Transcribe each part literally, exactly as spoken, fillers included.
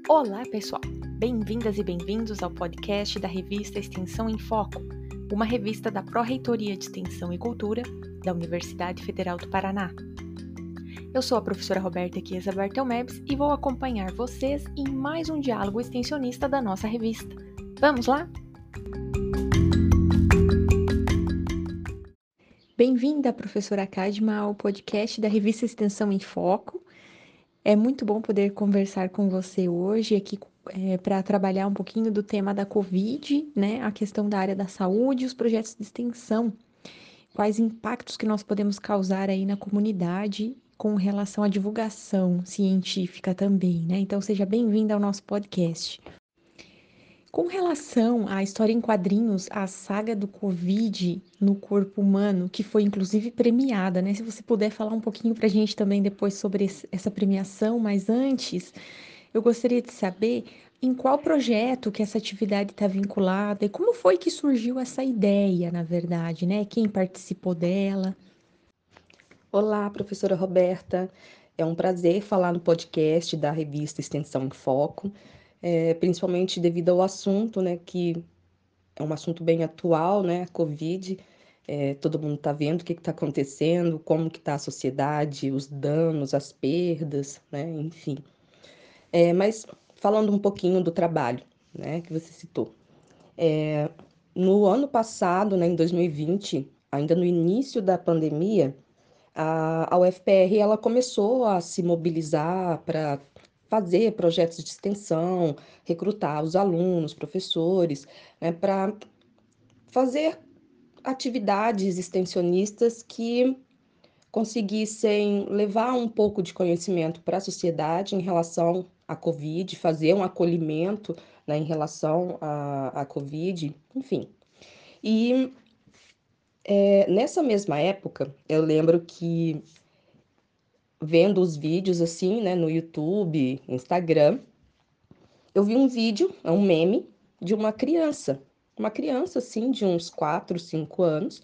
Olá, pessoal! Bem-vindas e bem-vindos ao podcast da revista Extensão em Foco, uma revista da Pró-Reitoria de Extensão e Cultura da Universidade Federal do Paraná. Eu sou a professora Roberta Chiesa Bartelmebs e vou acompanhar vocês em mais um diálogo extensionista da nossa revista. Vamos lá? Bem-vinda, professora Kadma, ao podcast da revista Extensão em Foco. É muito bom poder conversar com você hoje aqui é, para trabalhar um pouquinho do tema da Covid, né? A questão da área da saúde e os projetos de extensão. Quais impactos que nós podemos causar aí na comunidade com relação à divulgação científica também, né? Então, seja bem-vinda ao nosso podcast. Com relação à história em quadrinhos, a saga do Covid no corpo humano, que foi inclusive premiada, né? Se você puder falar um pouquinho para a gente também depois sobre esse, essa premiação, mas antes, eu gostaria de saber em qual projeto que essa atividade está vinculada e como foi que surgiu essa ideia, na verdade, né? Quem participou dela? Olá, professora Roberta. É um prazer falar no podcast da revista Extensão em Foco, é, principalmente devido ao assunto, né, que é um assunto bem atual, né, a Covid. É, todo mundo está vendo o que está acontecendo, como que está a sociedade, os danos, as perdas, né, enfim. É, mas falando um pouquinho do trabalho, né, que você citou. É, no ano passado, né, em dois mil e vinte, ainda no início da pandemia, a, a U F P R ela começou a se mobilizar para fazer projetos de extensão, recrutar os alunos, professores, né, para fazer atividades extensionistas que conseguissem levar um pouco de conhecimento para a sociedade em relação à Covid, fazer um acolhimento, né, em relação à, à Covid, enfim. E é, nessa mesma época, eu lembro que vendo os vídeos assim, né, no YouTube, Instagram, eu vi um vídeo, é um meme, de uma criança, uma criança assim, de uns quatro, cinco anos,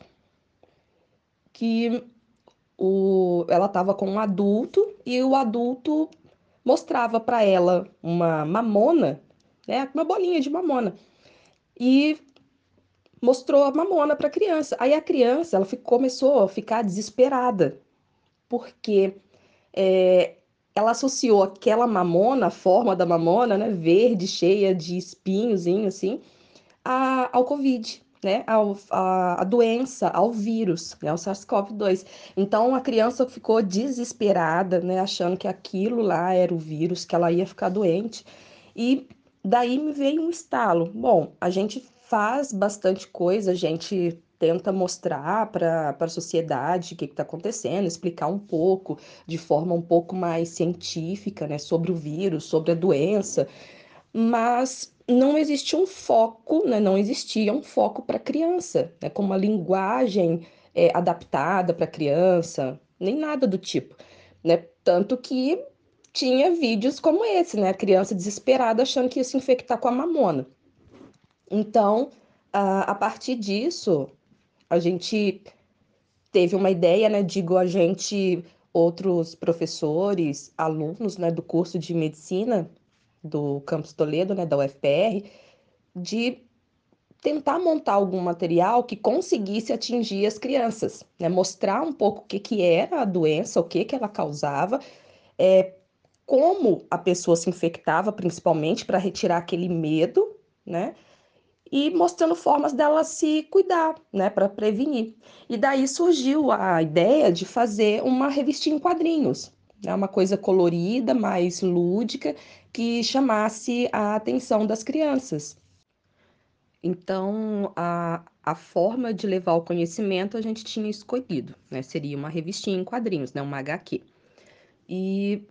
que o, ela estava com um adulto e o adulto mostrava para ela uma mamona, né, uma bolinha de mamona, e mostrou a mamona para a criança. Aí a criança, ela ficou, começou a ficar desesperada, porque é, ela associou aquela mamona, a forma da mamona, né, verde, cheia de espinhozinho, assim, a, ao Covid, né, ao, a, a doença, ao vírus, né, ao SARS-CoV dois. Então, a criança ficou desesperada, né, achando que aquilo lá era o vírus, que ela ia ficar doente. E daí me veio um estalo. Bom, a gente faz bastante coisa, a gente tenta mostrar para a sociedade o que está acontecendo, explicar um pouco, de forma um pouco mais científica, né, sobre o vírus, sobre a doença, mas não existe um foco, né, não existia um foco para a criança, né, com uma linguagem é, adaptada para a criança, nem nada do tipo, né, tanto que tinha vídeos como esse, né, a criança desesperada achando que ia se infectar com a mamona. Então, a, a partir disso, a gente teve uma ideia, né, digo a gente, outros professores, alunos, né, do curso de medicina do Campus Toledo, né, da U F P R, de tentar montar algum material que conseguisse atingir as crianças, né, mostrar um pouco o que que era a doença, o que que ela causava, é, como a pessoa se infectava, principalmente para retirar aquele medo, né? E mostrando formas dela se cuidar, né, para prevenir. E daí surgiu a ideia de fazer uma revistinha em quadrinhos, né, uma coisa colorida, mais lúdica, que chamasse a atenção das crianças. Então, a, a forma de levar o conhecimento a gente tinha escolhido, né, seria uma revistinha em quadrinhos, né, uma H Q. E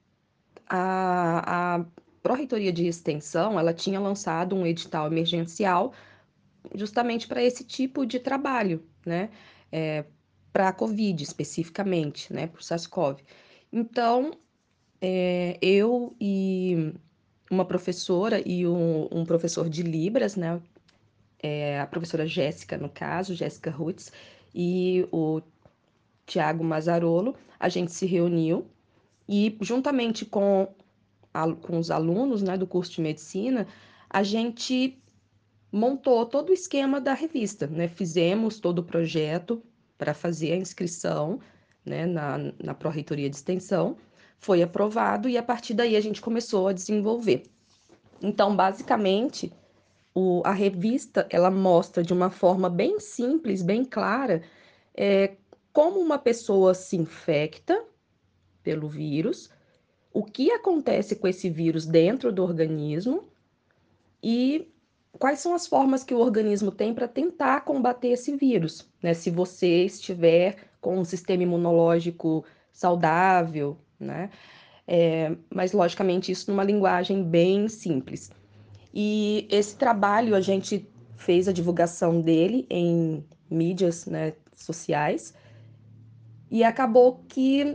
a, a Pró-Reitoria de Extensão, ela tinha lançado um edital emergencial justamente para esse tipo de trabalho, né? É, para a Covid especificamente, né? Para o SARS-CoV. Então, é, eu e uma professora e um, um professor de Libras, né? É, a professora Jéssica, no caso, Jéssica Rutz, e o Tiago Mazzarolo, a gente se reuniu e, juntamente com com os alunos, né, do curso de medicina, a gente montou todo o esquema da revista, né? Fizemos todo o projeto para fazer a inscrição, né, na, na Pró-Reitoria de Extensão, foi aprovado e a partir daí a gente começou a desenvolver. Então, basicamente, o, a revista ela mostra de uma forma bem simples, bem clara, é, como uma pessoa se infecta pelo vírus, o que acontece com esse vírus dentro do organismo e quais são as formas que o organismo tem para tentar combater esse vírus, né? Se você estiver com um sistema imunológico saudável, né? É, mas, logicamente, isso numa linguagem bem simples. E esse trabalho, a gente fez a divulgação dele em mídias, né, sociais, e acabou que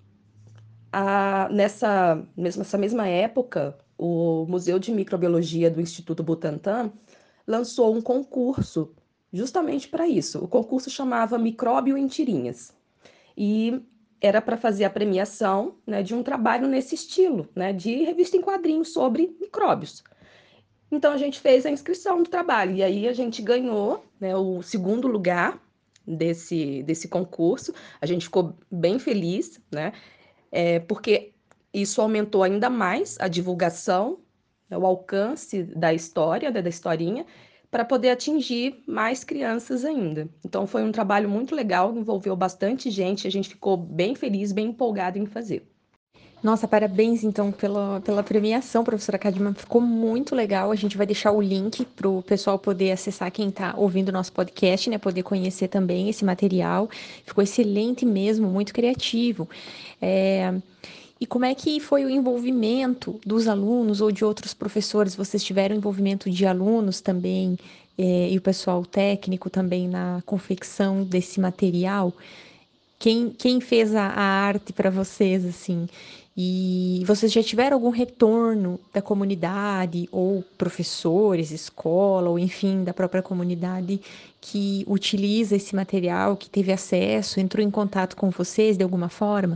a, nessa, nessa mesma época, o Museu de Microbiologia do Instituto Butantan lançou um concurso justamente para isso. O concurso chamava Micróbio em Tirinhas. E era para fazer a premiação, né, de um trabalho nesse estilo, né, de revista em quadrinhos sobre micróbios. Então a gente fez a inscrição do trabalho e aí a gente ganhou, né, o segundo lugar desse, desse concurso. A gente ficou bem feliz, né, é, porque isso aumentou ainda mais a divulgação, né, o alcance da história, da, da historinha, para poder atingir mais crianças ainda. Então foi um trabalho muito legal, envolveu bastante gente, a gente ficou bem feliz, bem empolgado em fazer. Nossa, parabéns então pela, pela premiação, professora Cadman. Ficou muito legal. A gente vai deixar o link para o pessoal poder acessar, quem está ouvindo o nosso podcast, né? Poder conhecer também esse material. Ficou excelente mesmo, muito criativo. É, E como é que foi o envolvimento dos alunos ou de outros professores? Vocês tiveram envolvimento de alunos também, é, e o pessoal técnico também na confecção desse material? Quem, quem fez a, a arte para vocês, assim? E vocês já tiveram algum retorno da comunidade, ou professores, escola, ou enfim, da própria comunidade que utiliza esse material, que teve acesso, entrou em contato com vocês de alguma forma?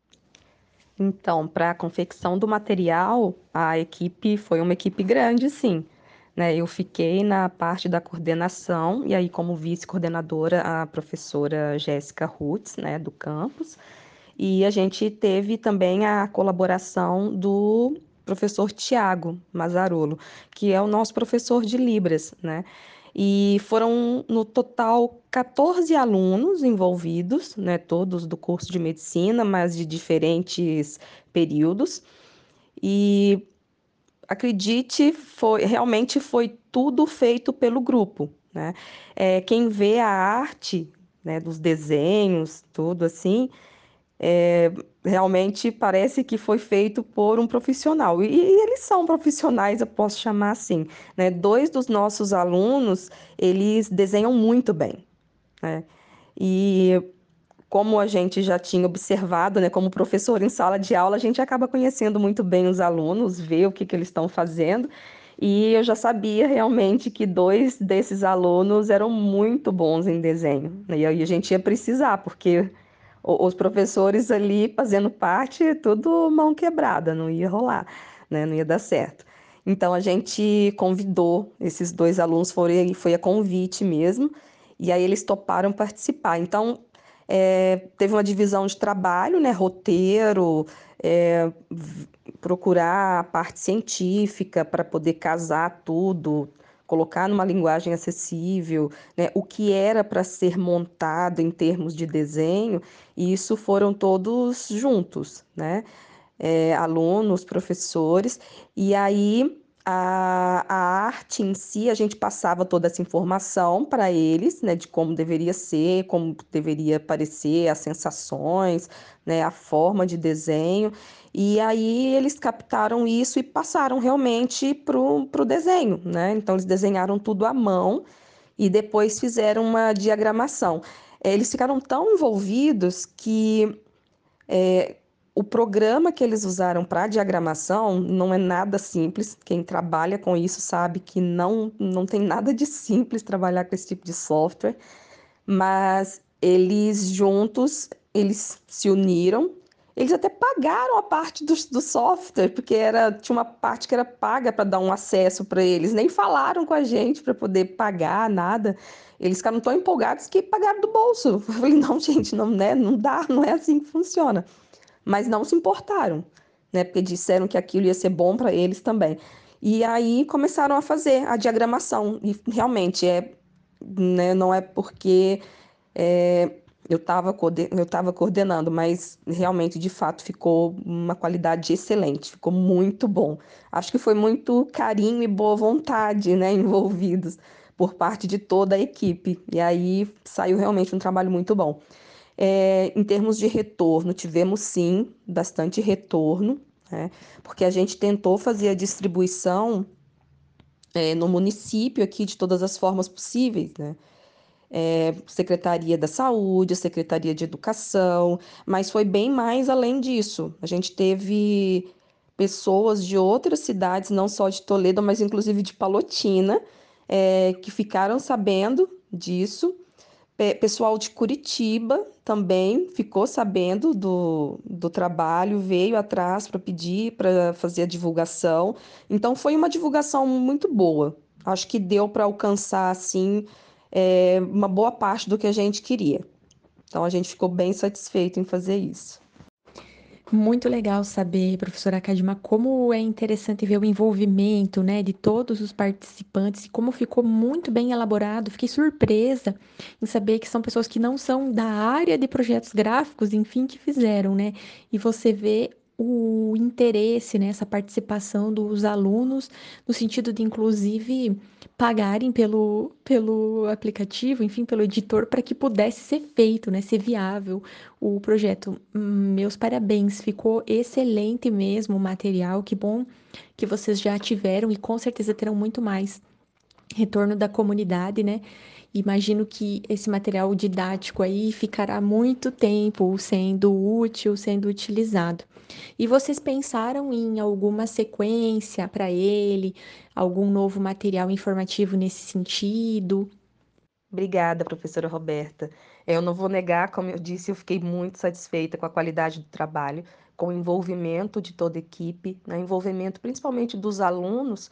Então, para a confecção do material, a equipe foi uma equipe grande, sim. Né? Eu fiquei na parte da coordenação, e aí, como vice-coordenadora, a professora Jéssica Rutz, né, do campus, e a gente teve também a colaboração do professor Tiago Mazzarolo, que é o nosso professor de Libras, né? E foram, no total, quatorze alunos envolvidos, né? Todos do curso de medicina, mas de diferentes períodos. E acredite, foi, realmente foi tudo feito pelo grupo, né? É, quem vê a arte, né, dos desenhos, tudo assim, é, realmente parece que foi feito por um profissional. E, e eles são profissionais, eu posso chamar assim, né? Dois dos nossos alunos, eles desenham muito bem, né? E como a gente já tinha observado, né, como professor em sala de aula, a gente acaba conhecendo muito bem os alunos, vê o que que eles estão fazendo. E eu já sabia realmente que dois desses alunos eram muito bons em desenho, né? E aí a gente ia precisar, porque o- os professores ali fazendo parte, tudo mão quebrada, não ia rolar, né? Não ia dar certo. Então a gente convidou esses dois alunos, foi, foi a convite mesmo, e aí eles toparam participar. Então é, teve uma divisão de trabalho, né? Roteiro, é, v- procurar a parte científica para poder casar tudo, colocar numa linguagem acessível, né? O que era para ser montado em termos de desenho, e isso foram todos juntos, né? É, alunos, professores, e aí a, a arte em si, a gente passava toda essa informação para eles, né, de como deveria ser, como deveria parecer, as sensações, né, a forma de desenho, e aí eles captaram isso e passaram realmente para o desenho, né? Então eles desenharam tudo à mão e depois fizeram uma diagramação. Eh, Eles ficaram tão envolvidos que o programa que eles usaram para diagramação não é nada simples. Quem trabalha com isso sabe que não, não tem nada de simples trabalhar com esse tipo de software, mas eles juntos, eles se uniram, Eles até pagaram a parte do, do software, porque era, tinha uma parte que era paga para dar um acesso para eles. Nem falaram com a gente para poder pagar nada. Eles ficaram tão empolgados que pagaram do bolso. Eu falei, não, gente, não, né, não dá, não é assim que funciona. Mas não se importaram, né? Porque disseram que aquilo ia ser bom para eles também. E aí começaram a fazer a diagramação. E realmente é, né, não é porque é, eu estava eu estava coordenando, mas realmente, de fato, ficou uma qualidade excelente, ficou muito bom. Acho que foi muito carinho e boa vontade, né, envolvidos por parte de toda a equipe. E aí saiu realmente um trabalho muito bom. É, em termos de retorno, tivemos sim bastante retorno, né, porque a gente tentou fazer a distribuição, é, no município aqui de todas as formas possíveis, né? Secretaria da Saúde, Secretaria de Educação, mas foi bem mais além disso. A gente teve pessoas de outras cidades, não só de Toledo, mas inclusive de Palotina, eh, que ficaram sabendo disso. Pe- Pessoal de Curitiba também ficou sabendo do, do trabalho, veio atrás para pedir, para fazer a divulgação. Então, foi uma divulgação muito boa. Acho que deu para alcançar, assim, é, uma boa parte do que a gente queria. Então, a gente ficou bem satisfeito em fazer isso. Muito legal saber, professora Cadima, como é interessante ver o envolvimento, né, de todos os participantes e como ficou muito bem elaborado. Fiquei surpresa em saber que são pessoas que não são da área de projetos gráficos, enfim, que fizeram, né? E você vê o interesse, né, essa participação dos alunos, no sentido de, inclusive, pagarem pelo, pelo aplicativo, enfim, pelo editor, para que pudesse ser feito, né, ser viável o projeto. Hum, Meus parabéns, ficou excelente mesmo o material. Que bom que vocês já tiveram e com certeza terão muito mais retorno da comunidade, né? Imagino que esse material didático aí ficará muito tempo sendo útil, sendo utilizado. E vocês pensaram em alguma sequência para ele, algum novo material informativo nesse sentido? Obrigada, professora Roberta. É, Eu não vou negar, como eu disse, eu fiquei muito satisfeita com a qualidade do trabalho, com o envolvimento de toda a equipe, né? Envolvimento principalmente dos alunos,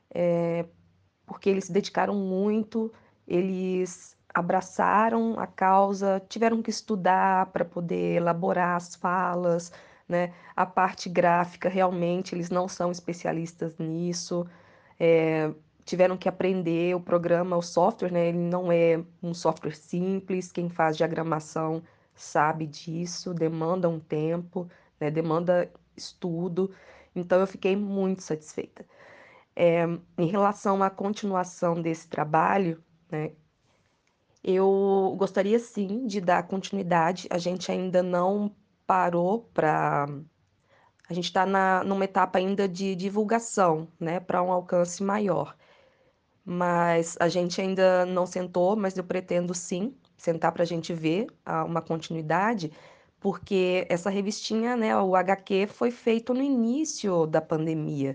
porque eles se dedicaram muito, eles abraçaram a causa, tiveram que estudar para poder elaborar as falas, né? A parte gráfica, realmente, eles não são especialistas nisso, é, tiveram que aprender o programa, o software, né? Ele não é um software simples, quem faz diagramação sabe disso, demanda um tempo, né? Demanda estudo, então eu fiquei muito satisfeita. É, em relação à continuação desse trabalho, né, eu gostaria sim de dar continuidade. A gente ainda não parou para. A gente está numa etapa ainda de divulgação, né, para um alcance maior. Mas a gente ainda não sentou, mas eu pretendo sim sentar para a gente ver ah, uma continuidade, porque essa revistinha, né, o H Q, foi feito no início da pandemia.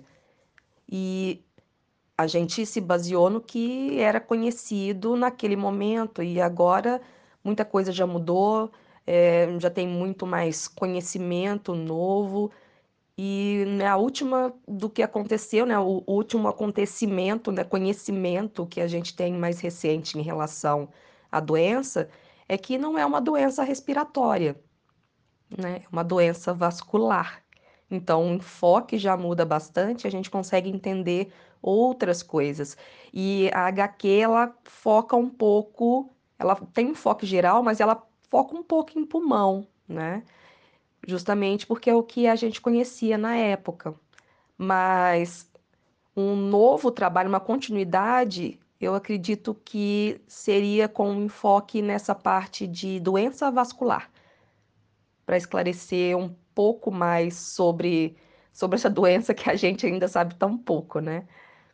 E a gente se baseou no que era conhecido naquele momento, e agora muita coisa já mudou, eh, já tem muito mais conhecimento novo, e né, a última do que aconteceu, né, o último acontecimento, né, conhecimento que a gente tem mais recente em relação à doença, é que não é uma doença respiratória, né? É uma doença vascular. Então, o enfoque já muda bastante, a gente consegue entender outras coisas. E a H Q, ela foca um pouco, ela tem um foco geral, mas ela foca um pouco em pulmão, né? Justamente porque é o que a gente conhecia na época. Mas um novo trabalho, uma continuidade, eu acredito que seria com um enfoque nessa parte de doença vascular para esclarecer um pouco mais sobre, sobre essa doença que a gente ainda sabe tão pouco, né?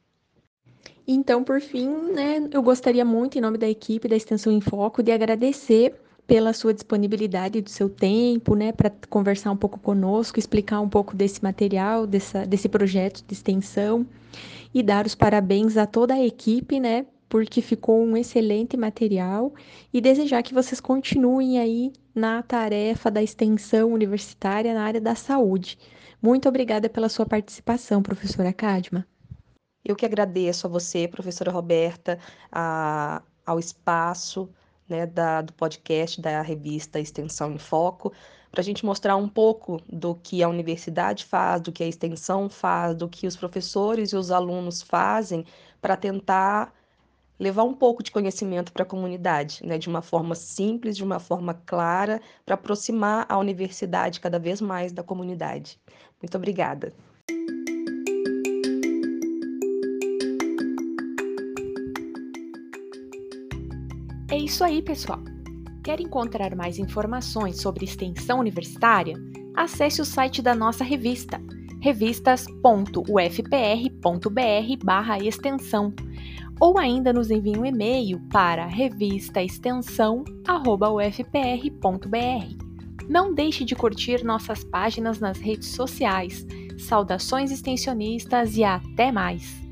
Então, por fim, né, eu gostaria muito, em nome da equipe da Extensão em Foco, de agradecer pela sua disponibilidade do seu tempo, né, para conversar um pouco conosco, explicar um pouco desse material, dessa, desse projeto de extensão e dar os parabéns a toda a equipe, né, porque ficou um excelente material e desejar que vocês continuem aí na tarefa da extensão universitária na área da saúde. Muito obrigada pela sua participação, professora Cadma. Eu que agradeço a você, professora Roberta, a- ao espaço, né, da- do podcast da revista Extensão em Foco, para a gente mostrar um pouco do que a universidade faz, do que a extensão faz, do que os professores e os alunos fazem para tentar levar um pouco de conhecimento para a comunidade, né, de uma forma simples, de uma forma clara, para aproximar a universidade cada vez mais da comunidade. Muito obrigada. É isso aí, pessoal. Quer encontrar mais informações sobre extensão universitária? Acesse o site da nossa revista, revistas ponto u f p r ponto b r barra extensão, ou ainda nos envie um e-mail para revistaextensão arroba u f p r ponto b r. Não deixe de curtir nossas páginas nas redes sociais. Saudações extensionistas e até mais!